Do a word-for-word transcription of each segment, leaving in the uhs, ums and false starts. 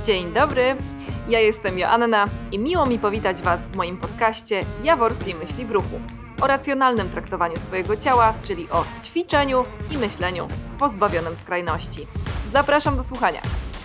Dzień dobry, ja jestem Joanna i miło mi powitać Was w moim podcaście Jaworskie Myśli w Ruchu o racjonalnym traktowaniu swojego ciała, czyli o ćwiczeniu i myśleniu pozbawionym skrajności. Zapraszam do słuchania.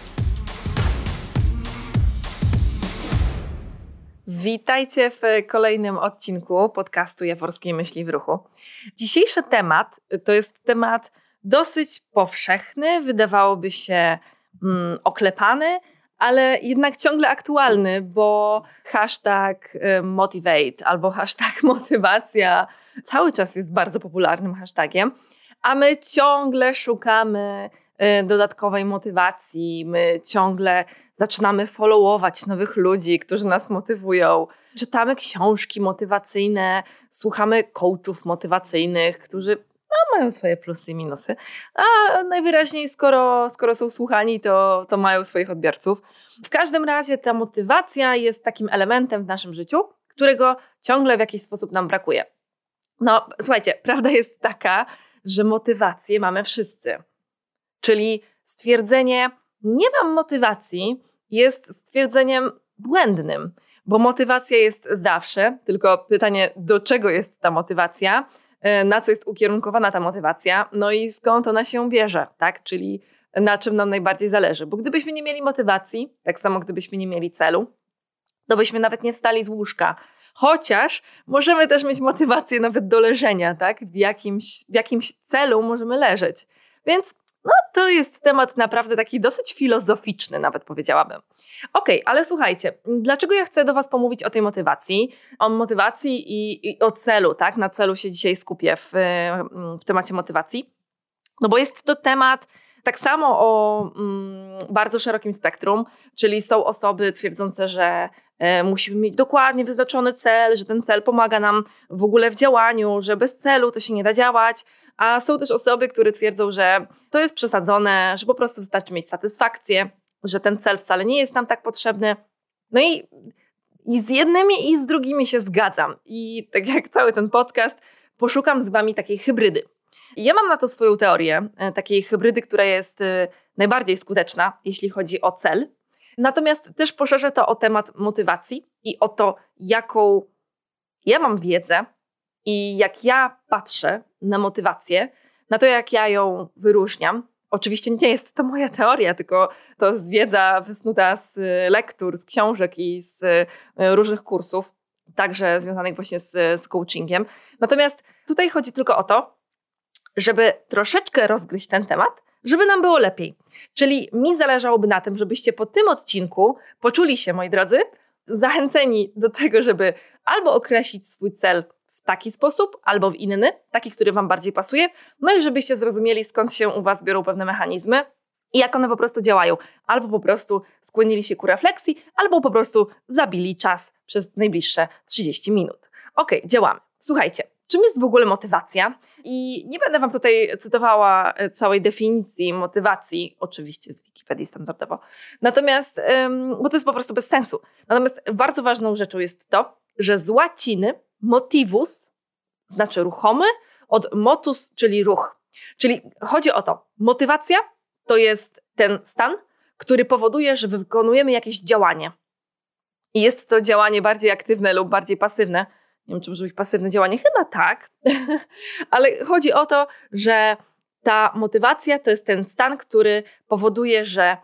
Witajcie w kolejnym odcinku podcastu Jaworskie Myśli w Ruchu. Dzisiejszy temat to jest temat dosyć powszechny, wydawałoby się mm, oklepany, ale jednak ciągle aktualny, bo hashtag motivate albo hashtag motywacja cały czas jest bardzo popularnym hashtagiem, a my ciągle szukamy dodatkowej motywacji, my ciągle zaczynamy followować nowych ludzi, którzy nas motywują. Czytamy książki motywacyjne, słuchamy coachów motywacyjnych, którzy no, mają swoje plusy i minusy, a najwyraźniej skoro, skoro są słuchani, to, to mają swoich odbiorców. W każdym razie ta motywacja jest takim elementem w naszym życiu, którego ciągle w jakiś sposób nam brakuje. No słuchajcie, prawda jest taka, że motywację mamy wszyscy. Czyli stwierdzenie nie mam motywacji jest stwierdzeniem błędnym, bo motywacja jest zawsze, tylko pytanie, do czego jest ta motywacja, na co jest ukierunkowana ta motywacja, no i skąd ona się bierze, tak? Czyli na czym nam najbardziej zależy. Bo gdybyśmy nie mieli motywacji, tak samo gdybyśmy nie mieli celu, to byśmy nawet nie wstali z łóżka. Chociaż możemy też mieć motywację nawet do leżenia, tak? W jakimś, w jakimś celu możemy leżeć. Więc no, to jest temat naprawdę taki dosyć filozoficzny, nawet powiedziałabym. Okej, okay, ale słuchajcie, dlaczego ja chcę do Was pomówić o tej motywacji? O motywacji i, i o celu, tak? Na celu się dzisiaj skupię w, w temacie motywacji. No bo jest to temat tak samo o mm, bardzo szerokim spektrum, czyli są osoby twierdzące, że e, musimy mieć dokładnie wyznaczony cel, że ten cel pomaga nam w ogóle w działaniu, że bez celu to się nie da działać, a są też osoby, które twierdzą, że to jest przesadzone, że po prostu wystarczy mieć satysfakcję, że ten cel wcale nie jest nam tak potrzebny. No i, i z jednymi i z drugimi się zgadzam. I tak jak cały ten podcast, poszukam z Wami takiej hybrydy. I ja mam na to swoją teorię, takiej hybrydy, która jest najbardziej skuteczna, jeśli chodzi o cel. Natomiast też poszerzę to o temat motywacji i o to, jaką ja mam wiedzę i jak ja patrzę na motywację, na to, jak ja ją wyróżniam. Oczywiście nie jest to moja teoria, tylko to jest wiedza wysnuta z lektur, z książek i z różnych kursów, także związanych właśnie z, z coachingiem. Natomiast tutaj chodzi tylko o to, żeby troszeczkę rozgryźć ten temat, żeby nam było lepiej. Czyli mi zależałoby na tym, żebyście po tym odcinku poczuli się, moi drodzy, zachęceni do tego, żeby albo określić swój cel w taki sposób, albo w inny, taki, który Wam bardziej pasuje, no i żebyście zrozumieli, skąd się u Was biorą pewne mechanizmy i jak one po prostu działają. Albo po prostu skłonili się ku refleksji, albo po prostu zabili czas przez najbliższe trzydzieści minut. Okej, działamy. Słuchajcie, czym jest w ogóle motywacja? I nie będę Wam tutaj cytowała całej definicji motywacji, oczywiście z Wikipedii standardowo, natomiast, bo to jest po prostu bez sensu. Natomiast bardzo ważną rzeczą jest to, że z łaciny motivus znaczy ruchomy, od motus, czyli ruch. Czyli chodzi o to, motywacja to jest ten stan, który powoduje, że wykonujemy jakieś działanie. I jest to działanie bardziej aktywne lub bardziej pasywne. Nie wiem, czy może być pasywne działanie, chyba tak, ale chodzi o to, że ta motywacja to jest ten stan, który powoduje, że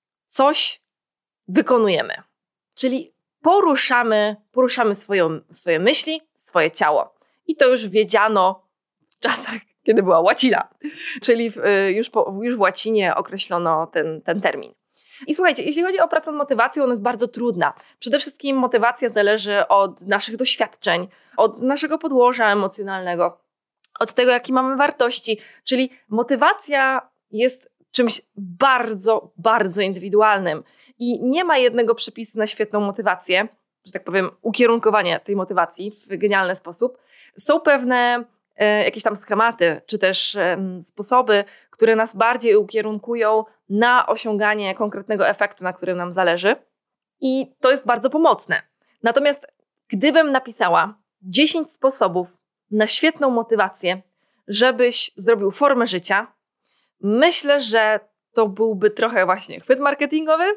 coś wykonujemy. Czyli poruszamy, poruszamy swoją, swoje myśli, swoje ciało. I to już wiedziano w czasach, kiedy była łacina. Czyli w, już, po, już w łacinie określono ten, ten termin. I słuchajcie, jeśli chodzi o pracę nad motywacją, ona jest bardzo trudna. Przede wszystkim motywacja zależy od naszych doświadczeń, od naszego podłoża emocjonalnego, od tego, jakie mamy wartości. Czyli motywacja jest czymś bardzo, bardzo indywidualnym. I nie ma jednego przepisu na świetną motywację, że tak powiem, ukierunkowanie tej motywacji w genialny sposób. Są pewne e, jakieś tam schematy, czy też e, sposoby, które nas bardziej ukierunkują na osiąganie konkretnego efektu, na którym nam zależy. I to jest bardzo pomocne. Natomiast gdybym napisała dziesięć sposobów na świetną motywację, żebyś zrobił formę życia, myślę, że to byłby trochę właśnie chwyt marketingowy,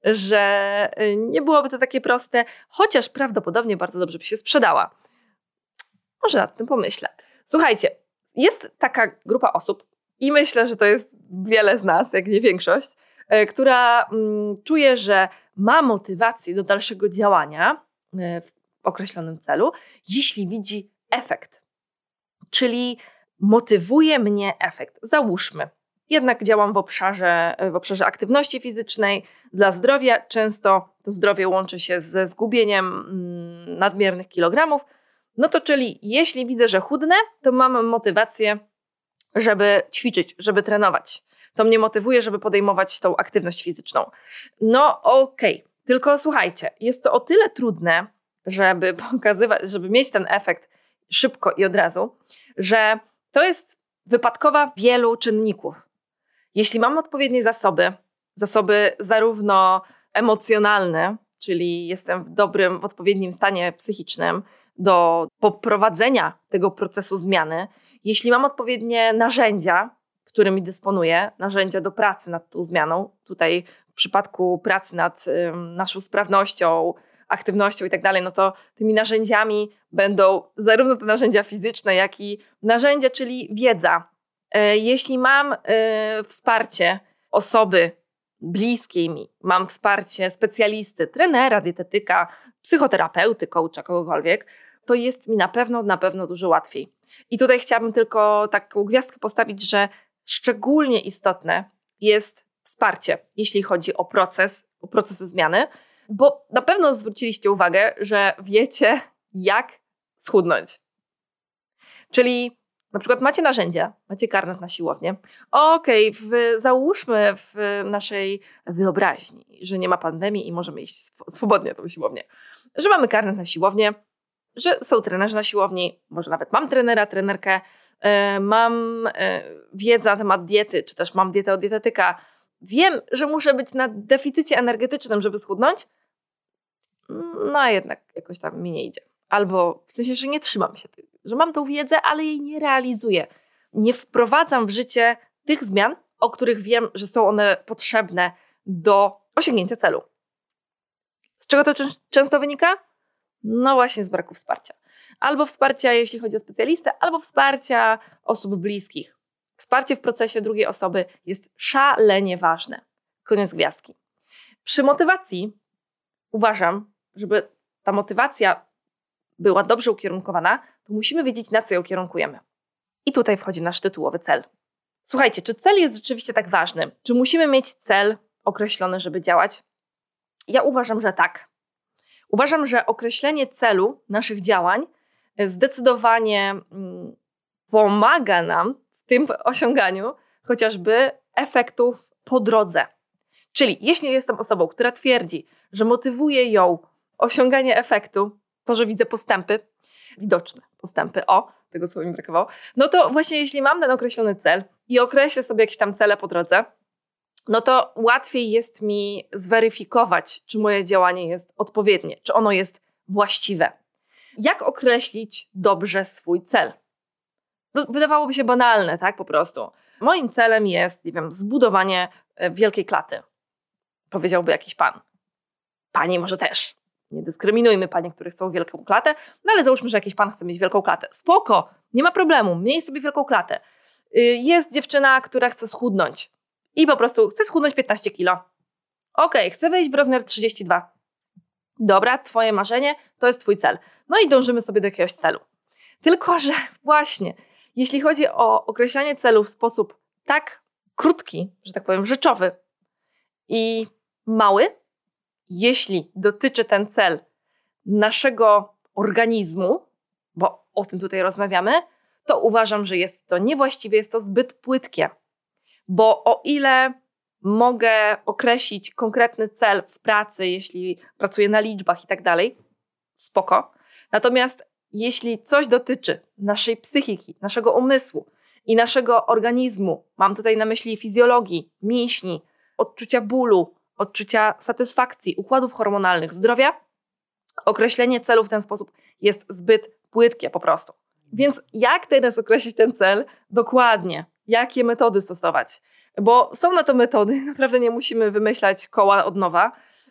że nie byłoby to takie proste, chociaż prawdopodobnie bardzo dobrze by się sprzedała. Może nad tym pomyślę. Słuchajcie, jest taka grupa osób i myślę, że to jest wiele z nas, jak nie większość, która mm, czuje, że ma motywację do dalszego działania w określonym celu, jeśli widzi efekt. Czyli motywuje mnie efekt. Załóżmy, jednak działam w obszarze, w obszarze aktywności fizycznej. Dla zdrowia często to zdrowie łączy się ze zgubieniem mm, nadmiernych kilogramów. No to czyli jeśli widzę, że chudnę, to mam motywację, żeby ćwiczyć, żeby trenować. To mnie motywuje, żeby podejmować tą aktywność fizyczną. No okej, okay. Tylko słuchajcie, jest to o tyle trudne, żeby pokazywać, żeby mieć ten efekt szybko i od razu, że to jest wypadkowa wielu czynników. Jeśli mam odpowiednie zasoby, zasoby zarówno emocjonalne, czyli jestem w dobrym, w odpowiednim stanie psychicznym do poprowadzenia tego procesu zmiany, jeśli mam odpowiednie narzędzia, którymi dysponuję, narzędzia do pracy nad tą zmianą, tutaj w przypadku pracy nad ym, naszą sprawnością, aktywnością i tak dalej, no to tymi narzędziami będą zarówno te narzędzia fizyczne, jak i narzędzia, czyli wiedza. Yy, jeśli mam yy, wsparcie osoby bliskiej mi, mam wsparcie specjalisty, trenera, dietetyka, psychoterapeuty, coacha, kogokolwiek, to jest mi na pewno, na pewno dużo łatwiej. I tutaj chciałabym tylko taką gwiazdkę postawić, że szczególnie istotne jest wsparcie, jeśli chodzi o proces, o procesy zmiany, bo na pewno zwróciliście uwagę, że wiecie, jak schudnąć. Czyli na przykład macie narzędzia, macie karnet na siłownię. Okej, okay, załóżmy w naszej wyobraźni, że nie ma pandemii i możemy iść swobodnie na tą siłownię. Że mamy karnet na siłownię, że są trenerzy na siłowni, może nawet mam trenera, trenerkę, yy, mam yy, wiedzę na temat diety, czy też mam dietę od dietetyka. Wiem, że muszę być na deficycie energetycznym, żeby schudnąć, no a jednak jakoś tam mi nie idzie. Albo w sensie, że nie trzymam się tej, że mam tą wiedzę, ale jej nie realizuję. Nie wprowadzam w życie tych zmian, o których wiem, że są one potrzebne do osiągnięcia celu. Z czego to czę- często wynika? No właśnie z braku wsparcia. Albo wsparcia, jeśli chodzi o specjalistę, albo wsparcia osób bliskich. Wsparcie w procesie drugiej osoby jest szalenie ważne. Koniec gwiazdki. Przy motywacji uważam, żeby ta motywacja była dobrze ukierunkowana, to musimy wiedzieć, na co ją kierunkujemy. I tutaj wchodzi nasz tytułowy cel. Słuchajcie, czy cel jest rzeczywiście tak ważny? Czy musimy mieć cel określony, żeby działać? Ja uważam, że tak. Uważam, że określenie celu naszych działań zdecydowanie pomaga nam w tym osiąganiu chociażby efektów po drodze. Czyli jeśli jestem osobą, która twierdzi, że motywuje ją osiąganie efektu, to, że widzę postępy, widoczne postępy, o, tego słowa mi brakowało, no to właśnie jeśli mam ten określony cel i określę sobie jakieś tam cele po drodze, no to łatwiej jest mi zweryfikować, czy moje działanie jest odpowiednie, czy ono jest właściwe. Jak określić dobrze swój cel? No, wydawałoby się banalne, tak, po prostu. Moim celem jest, nie wiem, zbudowanie wielkiej klaty. Powiedziałby jakiś pan. Pani może też. Nie dyskryminujmy panie, które chcą wielką klatę, no ale załóżmy, że jakiś pan chce mieć wielką klatę. Spoko, nie ma problemu, miej sobie wielką klatę. Jest dziewczyna, która chce schudnąć i po prostu chce schudnąć piętnaście kilo. Okej, chcę wejść w rozmiar trzydzieści dwa. Dobra, twoje marzenie, to jest twój cel. No i dążymy sobie do jakiegoś celu. Tylko że właśnie, jeśli chodzi o określanie celu w sposób tak krótki, że tak powiem, rzeczowy i mały, jeśli dotyczy ten cel naszego organizmu, bo o tym tutaj rozmawiamy, to uważam, że jest to niewłaściwe, jest to zbyt płytkie. Bo o ile mogę określić konkretny cel w pracy, jeśli pracuję na liczbach i tak dalej, spoko. Natomiast jeśli coś dotyczy naszej psychiki, naszego umysłu i naszego organizmu, mam tutaj na myśli fizjologii, mięśni, odczucia bólu, odczucia satysfakcji, układów hormonalnych, zdrowia, określenie celu w ten sposób jest zbyt płytkie po prostu. Więc jak teraz określić ten cel dokładnie? Jakie metody stosować? Bo są na to metody, naprawdę nie musimy wymyślać koła od nowa.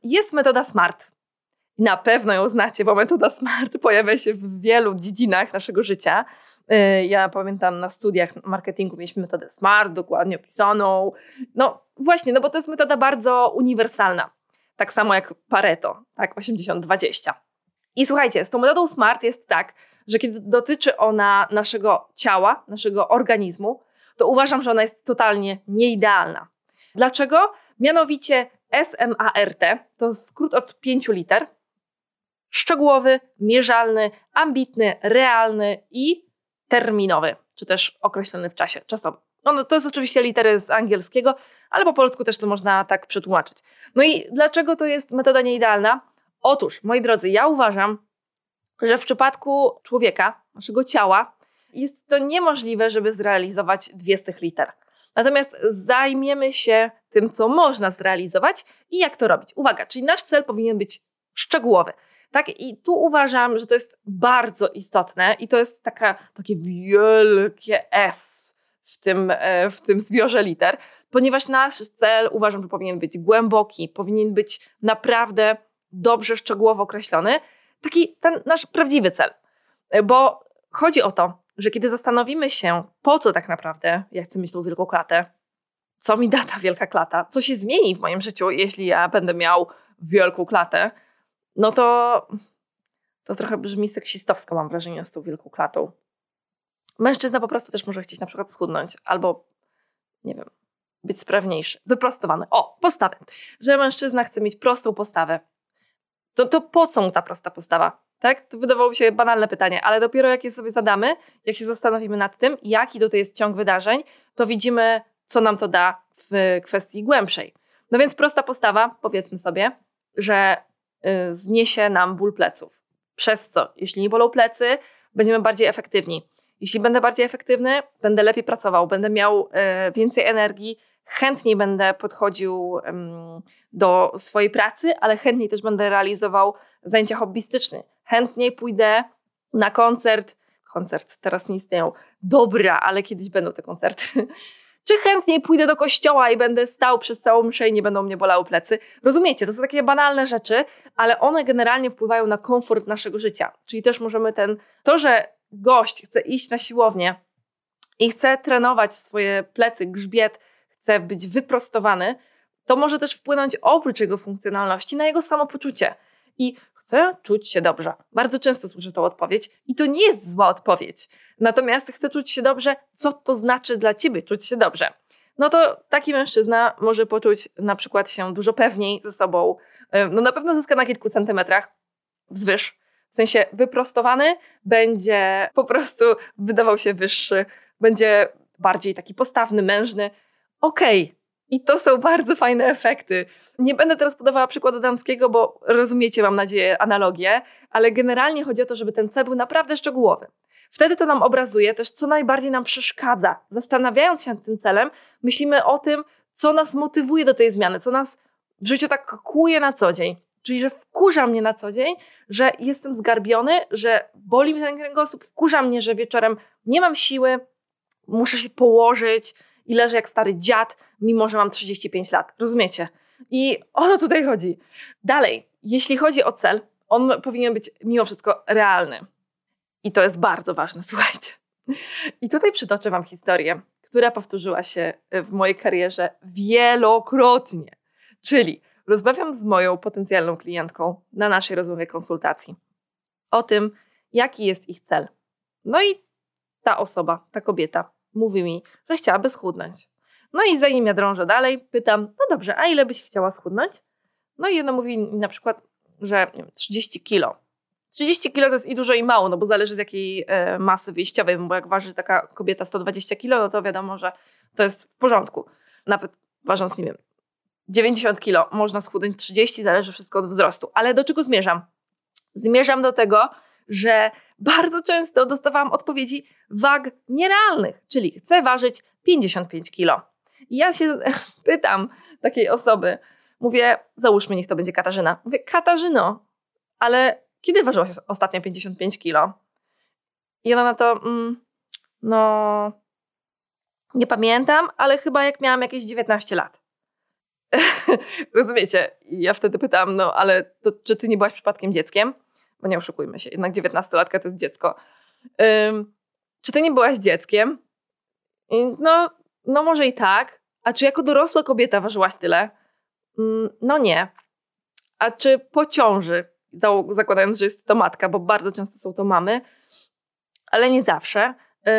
Jest metoda SMART. Na pewno ją znacie, bo metoda SMART pojawia się w wielu dziedzinach naszego życia. Ja pamiętam na studiach marketingu mieliśmy metodę SMART, dokładnie opisaną. No właśnie, no bo to jest metoda bardzo uniwersalna. Tak samo jak Pareto, tak, osiemdziesiąt dwadzieścia. I słuchajcie, z tą metodą SMART jest tak, że kiedy dotyczy ona naszego ciała, naszego organizmu, to uważam, że ona jest totalnie nieidealna. Dlaczego? Mianowicie SMART to skrót od pięciu liter. Szczegółowy, mierzalny, ambitny, realny i terminowy, czy też określony w czasie czasowym. No, no to jest oczywiście litery z angielskiego, ale po polsku też to można tak przetłumaczyć. No i dlaczego to jest metoda nieidealna? Otóż, moi drodzy, ja uważam, że w przypadku człowieka, naszego ciała, jest to niemożliwe, żeby zrealizować dwie z tych liter. Natomiast zajmiemy się tym, co można zrealizować i jak to robić. Uwaga, czyli nasz cel powinien być szczegółowy. Tak? I tu uważam, że to jest bardzo istotne i to jest taka, takie wielkie S w tym, w tym zbiorze liter, ponieważ nasz cel uważam, że powinien być głęboki, powinien być naprawdę dobrze, szczegółowo określony. Taki ten nasz prawdziwy cel. Bo chodzi o to, że kiedy zastanowimy się, po co tak naprawdę ja chcę mieć tą wielką klatę, co mi da ta wielka klata, co się zmieni w moim życiu, jeśli ja będę miał wielką klatę, no to, to trochę brzmi seksistowsko, mam wrażenie, z tą wielką klatą. Mężczyzna po prostu też może chcieć na przykład schudnąć albo, nie wiem, być sprawniejszy, wyprostowany. O, postawę. Że mężczyzna chce mieć prostą postawę. To, to po co mu ta prosta postawa? Tak? To wydawałoby się banalne pytanie, ale dopiero jak je sobie zadamy, jak się zastanowimy nad tym, jaki tutaj jest ciąg wydarzeń, to widzimy, co nam to da w kwestii głębszej. No więc prosta postawa, powiedzmy sobie, że y, zniesie nam ból pleców. Przez co, jeśli nie bolą plecy, będziemy bardziej efektywni. Jeśli będę bardziej efektywny, będę lepiej pracował, będę miał y, więcej energii, chętniej będę podchodził y, do swojej pracy, ale chętniej też będę realizował zajęcia hobbystyczne. Chętniej pójdę na koncert, koncert teraz nie istnieją, dobra, ale kiedyś będą te koncerty. Czy chętniej pójdę do kościoła i będę stał przez całą mszę i nie będą mnie bolały plecy. Rozumiecie, to są takie banalne rzeczy, ale one generalnie wpływają na komfort naszego życia. Czyli też możemy ten, to, że gość chce iść na siłownię i chce trenować swoje plecy, grzbiet, chce być wyprostowany, to może też wpłynąć oprócz jego funkcjonalności na jego samopoczucie. I chcę czuć się dobrze. Bardzo często słyszę tą odpowiedź i to nie jest zła odpowiedź. Natomiast chcę czuć się dobrze, co to znaczy dla ciebie czuć się dobrze? No to taki mężczyzna może poczuć na przykład się dużo pewniej ze sobą. No na pewno zyska na kilku centymetrach wzwyż. W sensie wyprostowany, będzie po prostu wydawał się wyższy, będzie bardziej taki postawny, mężny. Okej. Okay. I to są bardzo fajne efekty. Nie będę teraz podawała przykładu damskiego, bo rozumiecie, mam nadzieję, analogię, ale generalnie chodzi o to, żeby ten cel był naprawdę szczegółowy. Wtedy to nam obrazuje też, co najbardziej nam przeszkadza. Zastanawiając się nad tym celem, myślimy o tym, co nas motywuje do tej zmiany, co nas w życiu tak kłuje na co dzień. Czyli, że wkurza mnie na co dzień, że jestem zgarbiony, że boli mnie ten kręgosłup, wkurza mnie, że wieczorem nie mam siły, muszę się położyć i leżę jak stary dziad, mimo że mam trzydzieści pięć lat. Rozumiecie? I o to tutaj chodzi. Dalej, jeśli chodzi o cel, on powinien być mimo wszystko realny. I to jest bardzo ważne, słuchajcie. I tutaj przytoczę wam historię, która powtórzyła się w mojej karierze wielokrotnie. Czyli rozmawiam z moją potencjalną klientką na naszej rozmowie konsultacji o tym, jaki jest ich cel. No i ta osoba, ta kobieta mówi mi, że chciałaby schudnąć. No i zanim ja drążę dalej, pytam, no dobrze, a ile byś chciała schudnąć? No i ona mówi na przykład, że nie wiem, trzydzieści kilo. trzydzieści kilo to jest i dużo i mało, no bo zależy z jakiej e, masy wyjściowej, bo jak waży taka kobieta sto dwadzieścia kilo, no to wiadomo, że to jest w porządku. Nawet ważąc, nie wiem, dziewięćdziesiąt kilo, można schudnąć trzydzieści, zależy wszystko od wzrostu. Ale do czego zmierzam? Zmierzam do tego, że bardzo często dostawałam odpowiedzi wag nierealnych, czyli chcę ważyć pięćdziesiąt pięć kilo. I ja się pytam takiej osoby, mówię, załóżmy, niech to będzie Katarzyna. Mówię, Katarzyno, ale kiedy ważyłaś ostatnio pięćdziesiąt pięć kilo? I ona na to, mm, no, nie pamiętam, ale chyba jak miałam jakieś dziewiętnaście lat. Rozumiecie? I ja wtedy pytałam, no ale to, czy ty nie byłaś przypadkiem dzieckiem? Bo nie oszukujmy się, jednak dziewiętnastolatka to jest dziecko. Ym, czy ty nie byłaś dzieckiem? I no, no może i tak. A czy jako dorosła kobieta ważyłaś tyle? Ym, no nie. A czy po ciąży, zakładając, że jest to matka, bo bardzo często są to mamy, ale nie zawsze. Yy,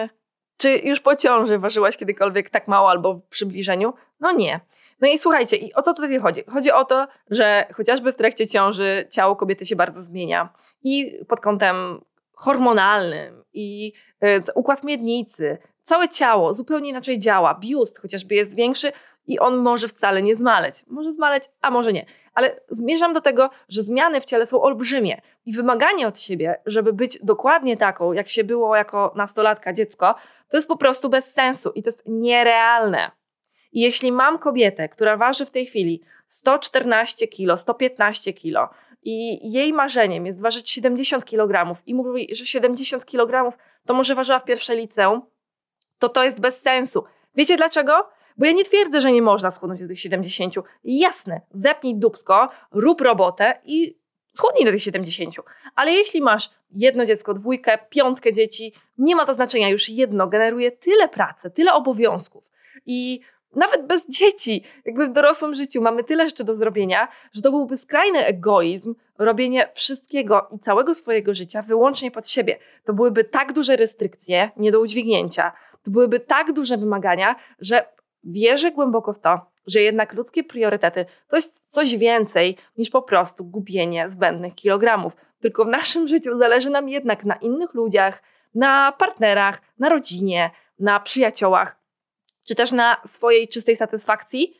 czy już po ciąży ważyłaś kiedykolwiek tak mało albo w przybliżeniu? No nie. No i słuchajcie, i o co tutaj chodzi? Chodzi o to, że chociażby w trakcie ciąży ciało kobiety się bardzo zmienia i pod kątem hormonalnym i yy, układ miednicy, całe ciało zupełnie inaczej działa. Biust chociażby jest większy i on może wcale nie zmaleć. Może zmaleć, a może nie. Ale zmierzam do tego, że zmiany w ciele są olbrzymie i wymaganie od siebie, żeby być dokładnie taką, jak się było jako nastolatka, dziecko, to jest po prostu bez sensu i to jest nierealne. I jeśli mam kobietę, która waży w tej chwili sto czternaście kilo, sto piętnaście kilo i jej marzeniem jest ważyć siedemdziesiąt kilogramów i mówi, że siedemdziesiąt kilogramów to może ważyła w pierwszej liceum, to to jest bez sensu. Wiecie dlaczego? Bo ja nie twierdzę, że nie można schudnąć do tych siedemdziesięciu. Jasne, zepnij dupsko, rób robotę i schudnij do tych siedemdziesięciu. Ale jeśli masz jedno dziecko, dwójkę, piątkę dzieci, nie ma to znaczenia. Już jedno generuje tyle pracy, tyle obowiązków. I nawet bez dzieci, jakby w dorosłym życiu mamy tyle jeszcze do zrobienia, że to byłby skrajny egoizm, robienie wszystkiego i całego swojego życia wyłącznie pod siebie. To byłyby tak duże restrykcje, nie do udźwignięcia. To byłyby tak duże wymagania, że wierzę głęboko w to, że jednak ludzkie priorytety to jest coś więcej niż po prostu gubienie zbędnych kilogramów. Tylko w naszym życiu zależy nam jednak na innych ludziach, na partnerach, na rodzinie, na przyjaciołach, czy też na swojej czystej satysfakcji,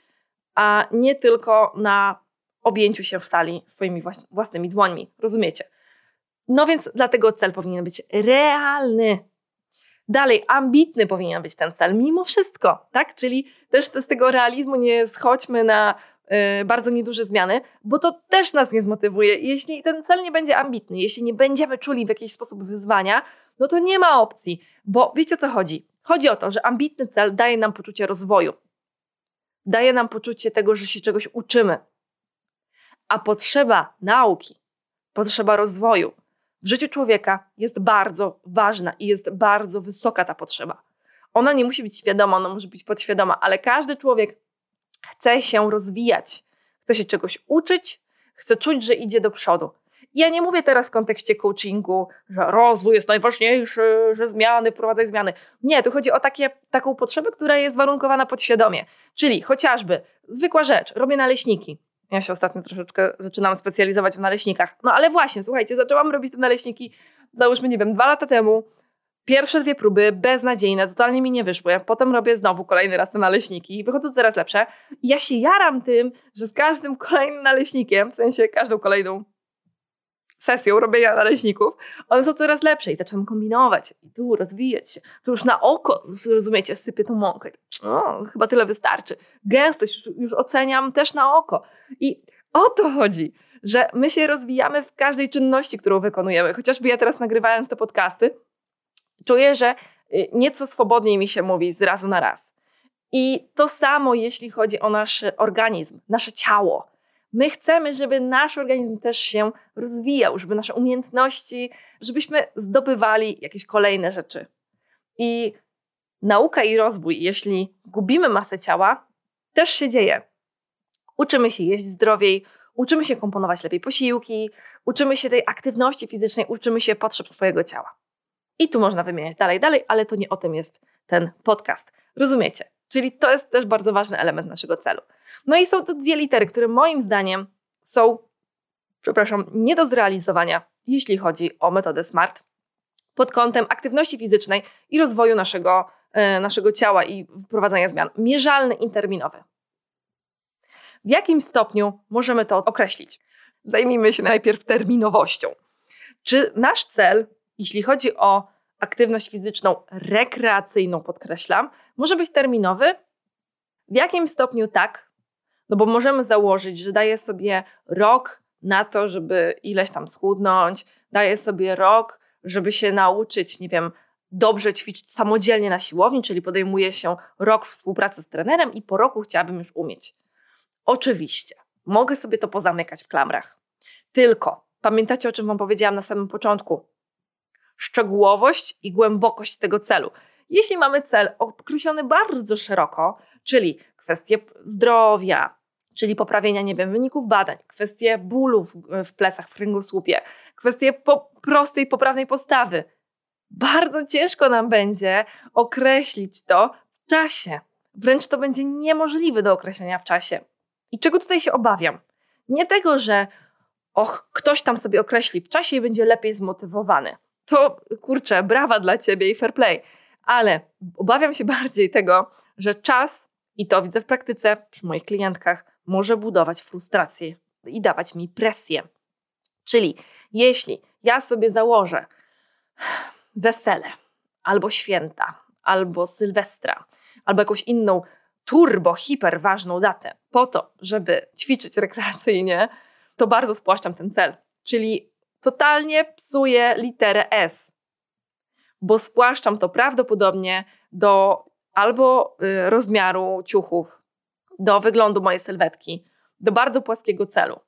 a nie tylko na objęciu się w talii swoimi własnymi dłońmi. Rozumiecie? No więc dlatego cel powinien być realny. Dalej, ambitny powinien być ten cel, mimo wszystko, tak? Czyli też z tego realizmu nie schodźmy na y, bardzo nieduże zmiany, bo to też nas nie zmotywuje. Jeśli ten cel nie będzie ambitny, jeśli nie będziemy czuli w jakiś sposób wyzwania, no to nie ma opcji, bo wiecie o co chodzi? Chodzi o to, że ambitny cel daje nam poczucie rozwoju, daje nam poczucie tego, że się czegoś uczymy, a potrzeba nauki, potrzeba rozwoju w życiu człowieka jest bardzo ważna i jest bardzo wysoka ta potrzeba. Ona nie musi być świadoma, ona może być podświadoma, ale każdy człowiek chce się rozwijać, chce się czegoś uczyć, chce czuć, że idzie do przodu. I ja nie mówię teraz w kontekście coachingu, że rozwój jest najważniejszy, że zmiany, wprowadzaj zmiany. Nie, tu chodzi o takie, taką potrzebę, która jest warunkowana podświadomie. Czyli chociażby zwykła rzecz, robię naleśniki. Ja się ostatnio troszeczkę zaczynam specjalizować w naleśnikach. No ale właśnie, słuchajcie, zaczęłam robić te naleśniki, załóżmy, nie wiem, dwa lata temu. Pierwsze dwie próby beznadziejne, totalnie mi nie wyszły. Potem robię znowu kolejny raz te naleśniki i wychodzą coraz lepsze. I ja się jaram tym, że z każdym kolejnym naleśnikiem, w sensie każdą kolejną sesją robienia naleśników, one są coraz lepsze i zaczynam kombinować i tu rozwijać się. Tu już na oko, rozumiecie, sypię tą mąkę. O, chyba tyle wystarczy. Gęstość już, już oceniam też na oko. I o to chodzi, że my się rozwijamy w każdej czynności, którą wykonujemy. Chociażby ja teraz nagrywając te podcasty, czuję, że nieco swobodniej mi się mówi z razu na raz. I to samo, jeśli chodzi o nasz organizm, nasze ciało. My chcemy, żeby nasz organizm też się rozwijał, żeby nasze umiejętności, żebyśmy zdobywali jakieś kolejne rzeczy. I nauka i rozwój, jeśli gubimy masę ciała, też się dzieje. Uczymy się jeść zdrowiej, uczymy się komponować lepiej posiłki, uczymy się tej aktywności fizycznej, uczymy się potrzeb swojego ciała. I tu można wymieniać dalej, dalej, ale to nie o tym jest ten podcast. Rozumiecie? Czyli to jest też bardzo ważny element naszego celu. No i są to dwie litery, które moim zdaniem są, przepraszam, nie do zrealizowania, jeśli chodzi o metodę SMART, pod kątem aktywności fizycznej i rozwoju naszego, e, naszego ciała i wprowadzania zmian. Mierzalny i terminowy. W jakim stopniu możemy to określić? Zajmijmy się najpierw terminowością. Czy nasz cel, jeśli chodzi o aktywność fizyczną rekreacyjną, podkreślam, może być terminowy? W jakim stopniu tak? No bo możemy założyć, że daję sobie rok na to, żeby ileś tam schudnąć, daję sobie rok, żeby się nauczyć, nie wiem, dobrze ćwiczyć samodzielnie na siłowni, czyli podejmuję się rok współpracy z trenerem i po roku chciałabym już umieć. Oczywiście, mogę sobie to pozamykać w klamrach. Tylko, pamiętacie, o czym Wam powiedziałam na samym początku? Szczegółowość i głębokość tego celu. Jeśli mamy cel określony bardzo szeroko, czyli kwestie zdrowia, czyli poprawienia, nie wiem, wyników badań, kwestie bólu w, w plecach, w kręgosłupie, kwestie po, prostej, poprawnej postawy, bardzo ciężko nam będzie określić to w czasie. Wręcz to będzie niemożliwe do określenia w czasie. I czego tutaj się obawiam? Nie tego, że och, ktoś tam sobie określi w czasie i będzie lepiej zmotywowany. To, kurczę, brawa dla Ciebie i fair play. Ale obawiam się bardziej tego, że czas, i to widzę w praktyce przy moich klientkach, może budować frustrację i dawać mi presję. Czyli jeśli ja sobie założę wesele, albo święta, albo Sylwestra, albo jakąś inną turbo, hiper ważną datę po to, żeby ćwiczyć rekreacyjnie, to bardzo spłaszczam ten cel. Czyli totalnie psuję literę S, bo spłaszczam to prawdopodobnie do albo y, rozmiaru ciuchów, do wyglądu mojej sylwetki, do bardzo płaskiego celu.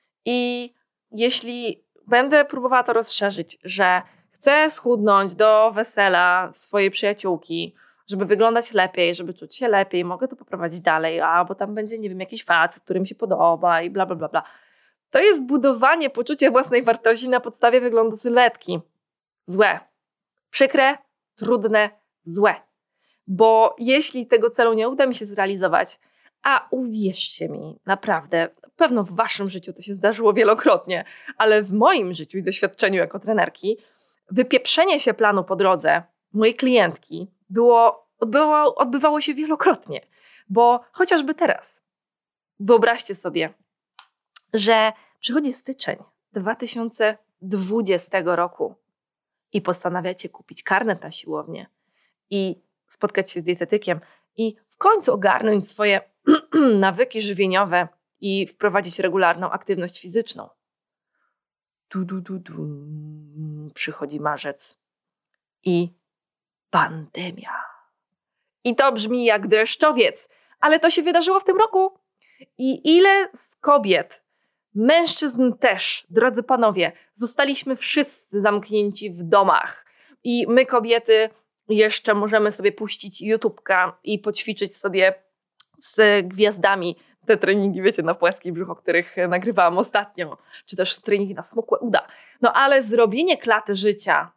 I jeśli będę próbowała to rozszerzyć, że chcę schudnąć do wesela swojej przyjaciółki, żeby wyglądać lepiej, żeby czuć się lepiej, mogę to poprowadzić dalej, a bo tam będzie, nie wiem, jakiś facet, który mi się podoba i bla, bla, bla, bla. To jest budowanie poczucia własnej wartości na podstawie wyglądu sylwetki. Złe. Przykre, trudne, złe. Bo jeśli tego celu nie uda mi się zrealizować, a uwierzcie mi, naprawdę, pewno w waszym życiu to się zdarzyło wielokrotnie, ale w moim życiu i doświadczeniu jako trenerki, wypieprzenie się planu po drodze mojej klientki było, odbywało, odbywało się wielokrotnie. Bo chociażby teraz, wyobraźcie sobie, że przychodzi styczeń dwa tysiące dwudziestego roku i postanawiacie kupić karnet na siłownię i spotkać się z dietetykiem i w końcu ogarnąć swoje nawyki żywieniowe i wprowadzić regularną aktywność fizyczną. Du, du, du, du. Przychodzi marzec i pandemia. I to brzmi jak dreszczowiec, ale to się wydarzyło w tym roku. I ile z kobiet, mężczyzn też, drodzy panowie, zostaliśmy wszyscy zamknięci w domach. I my kobiety jeszcze możemy sobie puścić YouTube'ka i poćwiczyć sobie z gwiazdami te treningi, wiecie, na płaski brzuch, o których nagrywałam ostatnio, czy też treningi na smukłe uda. No ale zrobienie klaty życia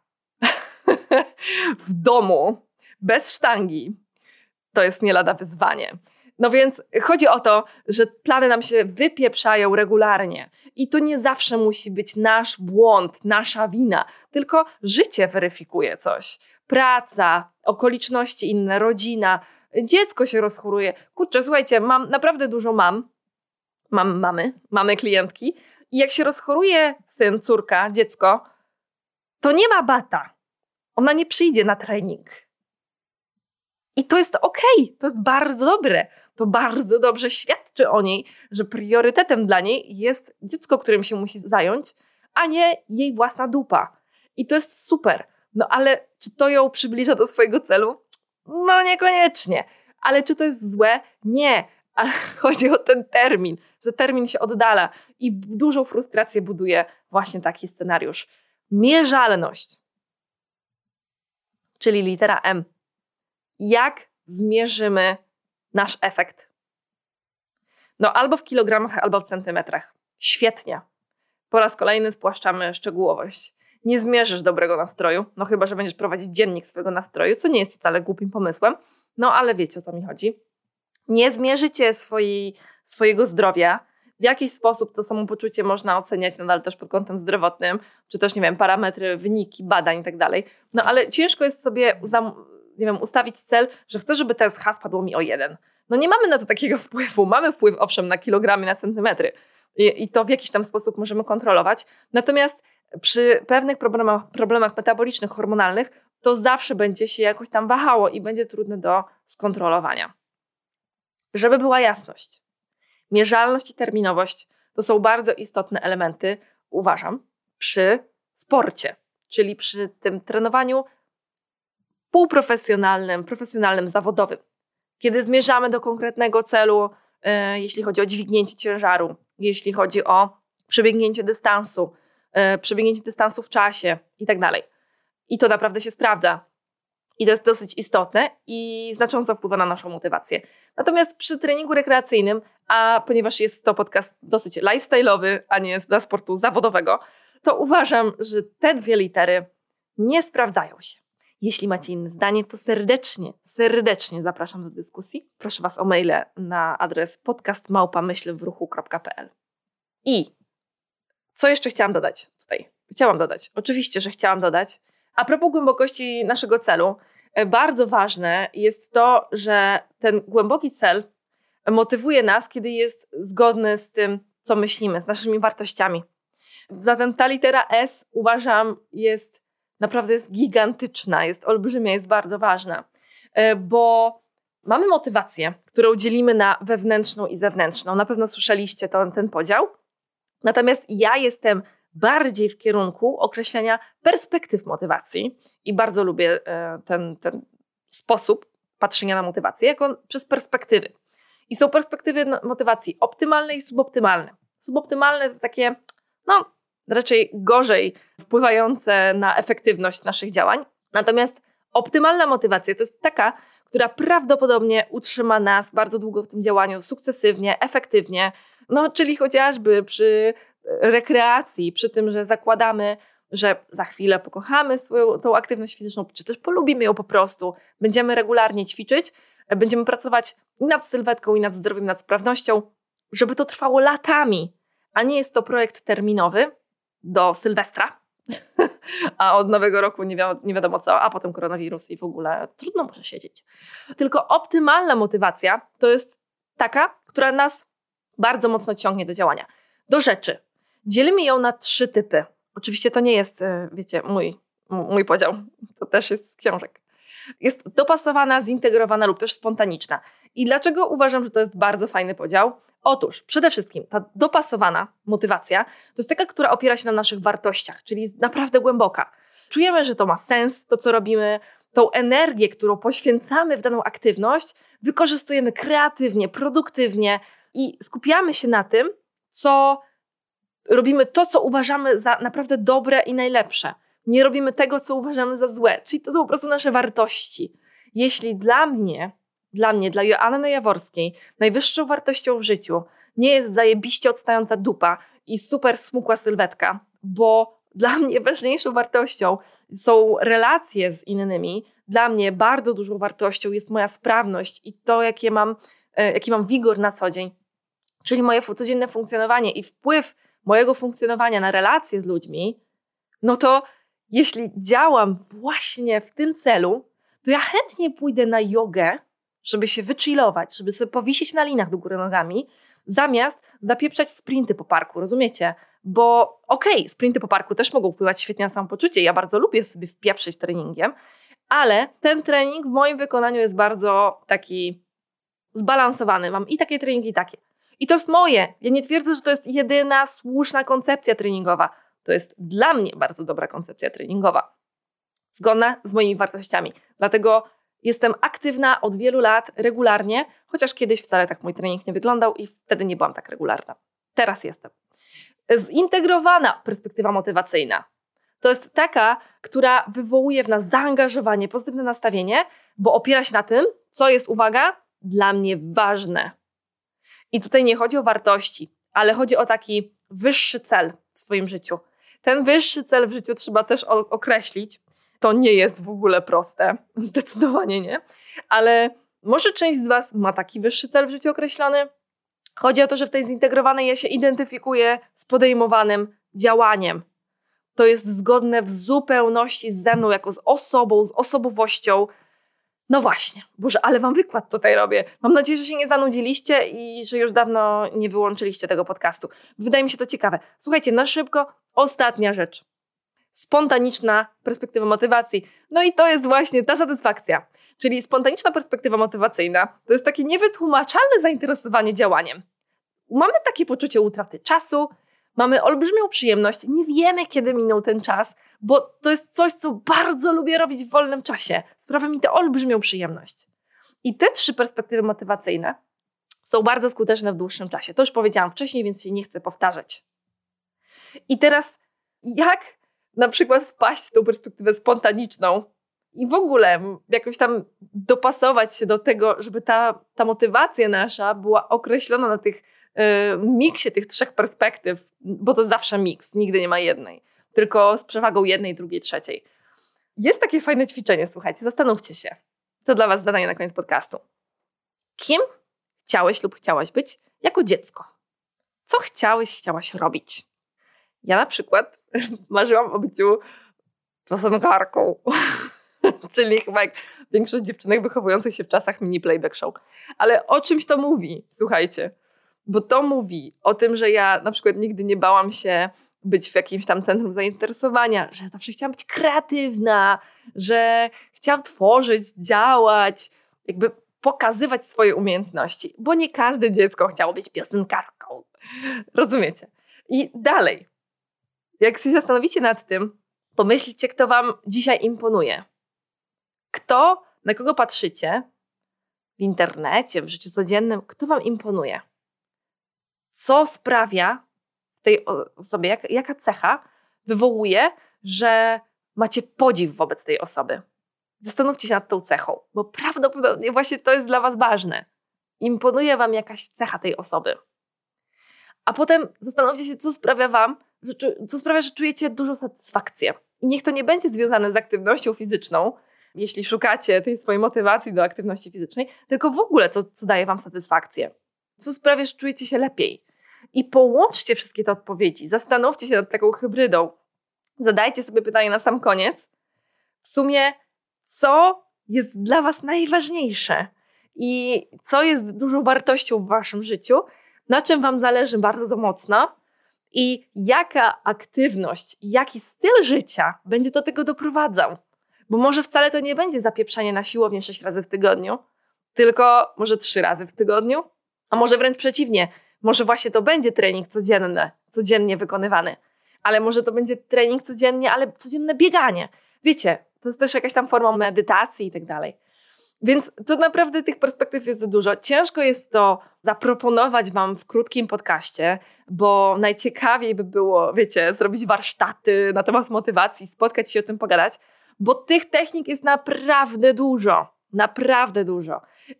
w domu, bez sztangi, to jest nie lada wyzwanie. No więc chodzi o to, że plany nam się wypieprzają regularnie i to nie zawsze musi być nasz błąd, nasza wina, tylko życie weryfikuje coś. Praca, okoliczności inne, rodzina, dziecko się rozchoruje. Kurczę, słuchajcie, mam naprawdę dużo mam, mam mamy, mamy klientki i jak się rozchoruje syn, córka, dziecko, to nie ma bata. Ona nie przyjdzie na trening. I to jest okej, to jest bardzo dobre. To bardzo dobrze świadczy o niej, że priorytetem dla niej jest dziecko, którym się musi zająć, a nie jej własna dupa. I to jest super. No ale czy to ją przybliża do swojego celu? No niekoniecznie. Ale czy to jest złe? Nie. Ale chodzi o ten termin, że termin się oddala i dużą frustrację buduje właśnie taki scenariusz. Mierzalność, czyli litera M. Jak zmierzymy nasz efekt? No albo w kilogramach, albo w centymetrach. Świetnie. Po raz kolejny spłaszczamy szczegółowość. Nie zmierzysz dobrego nastroju, no chyba że będziesz prowadzić dziennik swojego nastroju, co nie jest wcale głupim pomysłem, no ale wiecie, o co mi chodzi. Nie zmierzycie swojej, swojego zdrowia. W jakiś sposób to samopoczucie można oceniać nadal też pod kątem zdrowotnym, czy też, nie wiem, parametry, wyniki, badań i tak dalej. No ale ciężko jest sobie zam- nie wiem, ustawić cel, że chcę, żeby ten H spadło mi o jeden. No nie mamy na to takiego wpływu. Mamy wpływ, owszem, na kilogramy, na centymetry. I, i to w jakiś tam sposób możemy kontrolować. Natomiast przy pewnych problemach, problemach metabolicznych, hormonalnych, to zawsze będzie się jakoś tam wahało i będzie trudne do skontrolowania. Żeby była jasność, mierzalność i terminowość to są bardzo istotne elementy, uważam, przy sporcie, czyli przy tym trenowaniu półprofesjonalnym, profesjonalnym, zawodowym. Kiedy zmierzamy do konkretnego celu e, jeśli chodzi o dźwignięcie ciężaru, jeśli chodzi o przebiegnięcie dystansu, e, przebiegnięcie dystansu w czasie i tak dalej. I to naprawdę się sprawdza. I to jest dosyć istotne i znacząco wpływa na naszą motywację. Natomiast przy treningu rekreacyjnym, a ponieważ jest to podcast dosyć lifestyle'owy, a nie dla sportu zawodowego, to uważam, że te dwie litery nie sprawdzają się. Jeśli macie inne zdanie, to serdecznie, serdecznie zapraszam do dyskusji. Proszę Was o maile na adres podcast małpa myśl w ruchu kropka p l. I co jeszcze chciałam dodać tutaj? Chciałam dodać, oczywiście, że chciałam dodać. A propos głębokości naszego celu, bardzo ważne jest to, że ten głęboki cel motywuje nas, kiedy jest zgodny z tym, co myślimy, z naszymi wartościami. Zatem ta litera S, uważam, jest naprawdę jest gigantyczna, jest olbrzymia, jest bardzo ważna, bo mamy motywację, którą dzielimy na wewnętrzną i zewnętrzną. Na pewno słyszeliście to, ten podział. Natomiast ja jestem bardziej w kierunku określenia perspektyw motywacji i bardzo lubię ten, ten sposób patrzenia na motywację jako przez perspektywy. I są perspektywy motywacji optymalne i suboptymalne. Suboptymalne to takie, no raczej gorzej wpływające na efektywność naszych działań. Natomiast optymalna motywacja to jest taka, która prawdopodobnie utrzyma nas bardzo długo w tym działaniu, sukcesywnie, efektywnie, no czyli chociażby przy rekreacji, przy tym, że zakładamy, że za chwilę pokochamy swoją tą aktywność fizyczną, czy też polubimy ją po prostu, będziemy regularnie ćwiczyć, będziemy pracować i nad sylwetką, i nad zdrowiem, nad sprawnością, żeby to trwało latami, a nie jest to projekt terminowy do Sylwestra, a od nowego roku nie, wi- nie wiadomo co, a potem koronawirus i w ogóle trudno może siedzieć. Tylko optymalna motywacja to jest taka, która nas bardzo mocno ciągnie do działania. Do rzeczy. Dzielimy ją na trzy typy. Oczywiście to nie jest, wiecie, mój, mój podział. To też jest z książek. Jest dopasowana, zintegrowana lub też spontaniczna. I dlaczego uważam, że to jest bardzo fajny podział? Otóż przede wszystkim ta dopasowana motywacja to jest taka, która opiera się na naszych wartościach, czyli jest naprawdę głęboka. Czujemy, że to ma sens, to co robimy, tą energię, którą poświęcamy w daną aktywność, wykorzystujemy kreatywnie, produktywnie i skupiamy się na tym, co robimy to, co uważamy za naprawdę dobre i najlepsze. Nie robimy tego, co uważamy za złe. Czyli to są po prostu nasze wartości. Jeśli dla mnie, dla mnie, dla Joanny Jaworskiej najwyższą wartością w życiu nie jest zajebiście odstająca dupa i super smukła sylwetka, bo dla mnie ważniejszą wartością są relacje z innymi, dla mnie bardzo dużą wartością jest moja sprawność i to, jakie mam, jaki mam wigor na co dzień, czyli moje codzienne funkcjonowanie i wpływ mojego funkcjonowania na relacje z ludźmi, no to jeśli działam właśnie w tym celu, to ja chętnie pójdę na jogę, żeby się wychillować, żeby sobie powisieć na linach do góry nogami, zamiast zapieprzać sprinty po parku, rozumiecie? Bo okej, okay, sprinty po parku też mogą wpływać świetnie na samopoczucie, ja bardzo lubię sobie wpieprzyć treningiem, ale ten trening w moim wykonaniu jest bardzo taki zbalansowany. Mam i takie treningi, i takie. I to jest moje. Ja nie twierdzę, że to jest jedyna słuszna koncepcja treningowa. To jest dla mnie bardzo dobra koncepcja treningowa. Zgodna z moimi wartościami. Dlatego jestem aktywna od wielu lat regularnie, chociaż kiedyś wcale tak mój trening nie wyglądał i wtedy nie byłam tak regularna. Teraz jestem. Zintegrowana perspektywa motywacyjna. To jest taka, która wywołuje w nas zaangażowanie, pozytywne nastawienie, bo opiera się na tym, co jest, uwaga, dla mnie ważne. I tutaj nie chodzi o wartości, ale chodzi o taki wyższy cel w swoim życiu. Ten wyższy cel w życiu trzeba też określić. To nie jest w ogóle proste, zdecydowanie nie, ale może część z Was ma taki wyższy cel w życiu określony. Chodzi o to, że w tej zintegrowanej ja się identyfikuję z podejmowanym działaniem. To jest zgodne w zupełności ze mną, jako z osobą, z osobowością. No właśnie, Boże, ale Wam wykład tutaj robię. Mam nadzieję, że się nie zanudziliście i że już dawno nie wyłączyliście tego podcastu. Wydaje mi się to ciekawe. Słuchajcie, na szybko, ostatnia rzecz. Spontaniczna perspektywa motywacji. No i to jest właśnie ta satysfakcja. Czyli spontaniczna perspektywa motywacyjna to jest takie niewytłumaczalne zainteresowanie działaniem. Mamy takie poczucie utraty czasu, mamy olbrzymią przyjemność, nie wiemy, kiedy minął ten czas, bo to jest coś, co bardzo lubię robić w wolnym czasie. Sprawia mi to olbrzymią przyjemność. I te trzy perspektywy motywacyjne są bardzo skuteczne w dłuższym czasie. To już powiedziałam wcześniej, więc się nie chcę powtarzać. I teraz jak na przykład wpaść w tą perspektywę spontaniczną i w ogóle jakoś tam dopasować się do tego, żeby ta, ta motywacja nasza była określona na tych yy, miksie tych trzech perspektyw, bo to zawsze miks, nigdy nie ma jednej, tylko z przewagą jednej, drugiej, trzeciej. Jest takie fajne ćwiczenie, słuchajcie, zastanówcie się. To dla was zadanie na koniec podcastu. Kim chciałeś lub chciałaś być jako dziecko? Co chciałeś, chciałaś robić? Ja na przykład marzyłam o byciu piosenkarką, czyli chyba jak większość dziewczynek wychowujących się w czasach mini playback show. Ale o czymś to mówi, słuchajcie, bo to mówi o tym, że ja na przykład nigdy nie bałam się być w jakimś tam centrum zainteresowania, że zawsze chciałam być kreatywna, że chciałam tworzyć, działać, jakby pokazywać swoje umiejętności, bo nie każde dziecko chciało być piosenkarką. Rozumiecie? I dalej, jak się zastanowicie nad tym, pomyślcie, kto wam dzisiaj imponuje. Kto, na kogo patrzycie w internecie, w życiu codziennym, kto wam imponuje? Co sprawia w tej osobie, jak, jaka cecha wywołuje, że macie podziw wobec tej osoby? Zastanówcie się nad tą cechą, bo prawdopodobnie właśnie to jest dla was ważne. Imponuje wam jakaś cecha tej osoby. A potem zastanówcie się, co sprawia wam, że, co sprawia, że czujecie dużą satysfakcję. I niech to nie będzie związane z aktywnością fizyczną, jeśli szukacie tej swojej motywacji do aktywności fizycznej, tylko w ogóle co, co daje wam satysfakcję. Co sprawia, że czujecie się lepiej. I połączcie wszystkie te odpowiedzi. Zastanówcie się nad taką hybrydą. Zadajcie sobie pytanie na sam koniec. W sumie, co jest dla was najważniejsze i co jest dużą wartością w waszym życiu, na czym wam zależy bardzo mocno i jaka aktywność, jaki styl życia będzie do tego doprowadzał. Bo może wcale to nie będzie zapieprzanie na siłownię sześć razy w tygodniu, tylko może trzy razy w tygodniu, a może wręcz przeciwnie, może właśnie to będzie trening codzienny, codziennie wykonywany, ale może to będzie trening codziennie, ale codzienne bieganie. Wiecie, to jest też jakaś tam forma medytacji i tak dalej. Więc to naprawdę tych perspektyw jest dużo. Ciężko jest to zaproponować wam w krótkim podcaście, bo najciekawiej by było, wiecie, zrobić warsztaty na temat motywacji, spotkać się o tym pogadać, bo tych technik jest naprawdę dużo. Naprawdę dużo.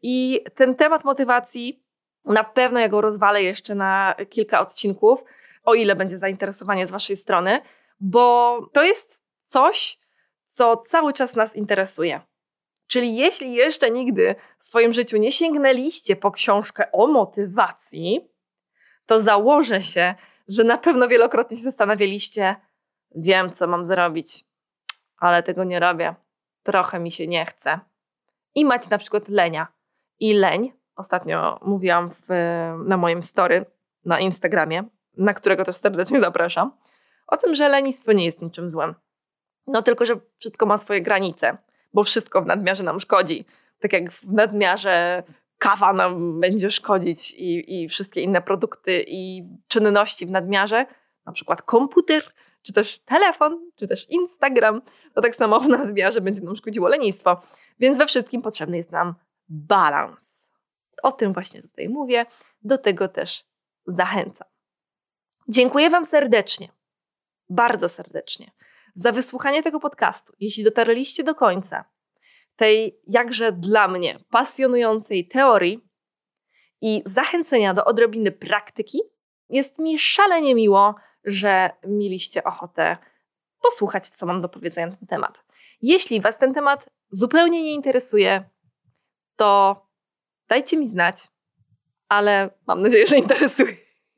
I ten temat motywacji na pewno ja go rozwalę jeszcze na kilka odcinków, o ile będzie zainteresowanie z waszej strony, bo to jest coś, co cały czas nas interesuje. Czyli jeśli jeszcze nigdy w swoim życiu nie sięgnęliście po książkę o motywacji, to założę się, że na pewno wielokrotnie się zastanawialiście, wiem, co mam zrobić, ale tego nie robię. Trochę mi się nie chce. I macie na przykład lenia. I leń, ostatnio mówiłam w, na moim story na Instagramie, na którego też serdecznie zapraszam, o tym, że lenistwo nie jest niczym złym. No tylko, że wszystko ma swoje granice, bo wszystko w nadmiarze nam szkodzi. Tak jak w nadmiarze kawa nam będzie szkodzić i, i wszystkie inne produkty i czynności w nadmiarze, na przykład komputer, czy też telefon, czy też Instagram, to tak samo w nadmiarze będzie nam szkodziło lenistwo. Więc we wszystkim potrzebny jest nam balans. O tym właśnie tutaj mówię, do tego też zachęcam. Dziękuję wam serdecznie, bardzo serdecznie za wysłuchanie tego podcastu. Jeśli dotarliście do końca tej jakże dla mnie pasjonującej teorii i zachęcenia do odrobiny praktyki, jest mi szalenie miło, że mieliście ochotę posłuchać, co mam do powiedzenia na ten temat. Jeśli was ten temat zupełnie nie interesuje, to dajcie mi znać, ale mam nadzieję, że interesuje,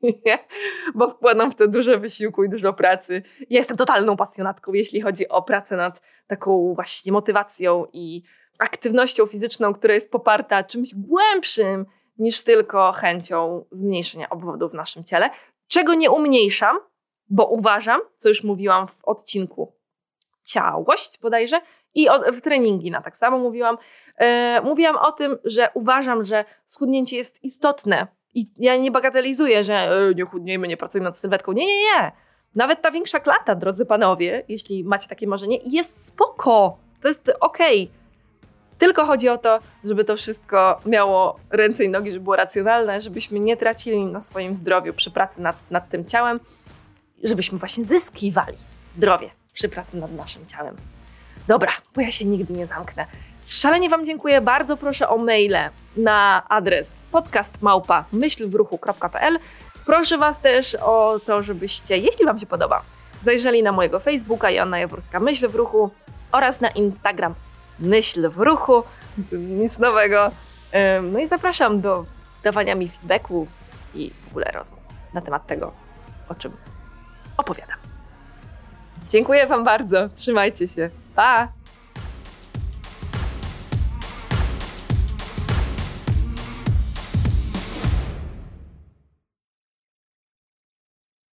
bo wkładam w to dużo wysiłku i dużo pracy. Ja jestem totalną pasjonatką, jeśli chodzi o pracę nad taką właśnie motywacją i aktywnością fizyczną, która jest poparta czymś głębszym niż tylko chęcią zmniejszenia obwodów w naszym ciele, czego nie umniejszam, bo uważam, co już mówiłam w odcinku ciałość bodajże i o, w treningi na tak samo mówiłam. Yy, mówiłam o tym, że uważam, że schudnięcie jest istotne i ja nie bagatelizuję, że yy, nie chudniejmy, nie pracujmy nad sylwetką. Nie, nie, nie. Nawet ta większa klata, drodzy panowie, jeśli macie takie marzenie, jest spoko. To jest okej. Tylko chodzi o to, żeby to wszystko miało ręce i nogi, żeby było racjonalne, żebyśmy nie tracili na swoim zdrowiu przy pracy nad, nad tym ciałem, żebyśmy właśnie zyskiwali zdrowie przy pracy nad naszym ciałem. Dobra, bo ja się nigdy nie zamknę. Szalenie Wam dziękuję. Bardzo proszę o maile na adres podcast małpa myśl w ruchu kropka p l. Proszę Was też o to, żebyście, jeśli Wam się podoba, zajrzeli na mojego Facebooka Joanna Jaworska Myśl w ruchu oraz na Instagram Myśl w ruchu. Nic nowego. No i zapraszam do dawania mi feedbacku i w ogóle rozmów na temat tego, o czym opowiadam. Dziękuję Wam bardzo. Trzymajcie się. Pa!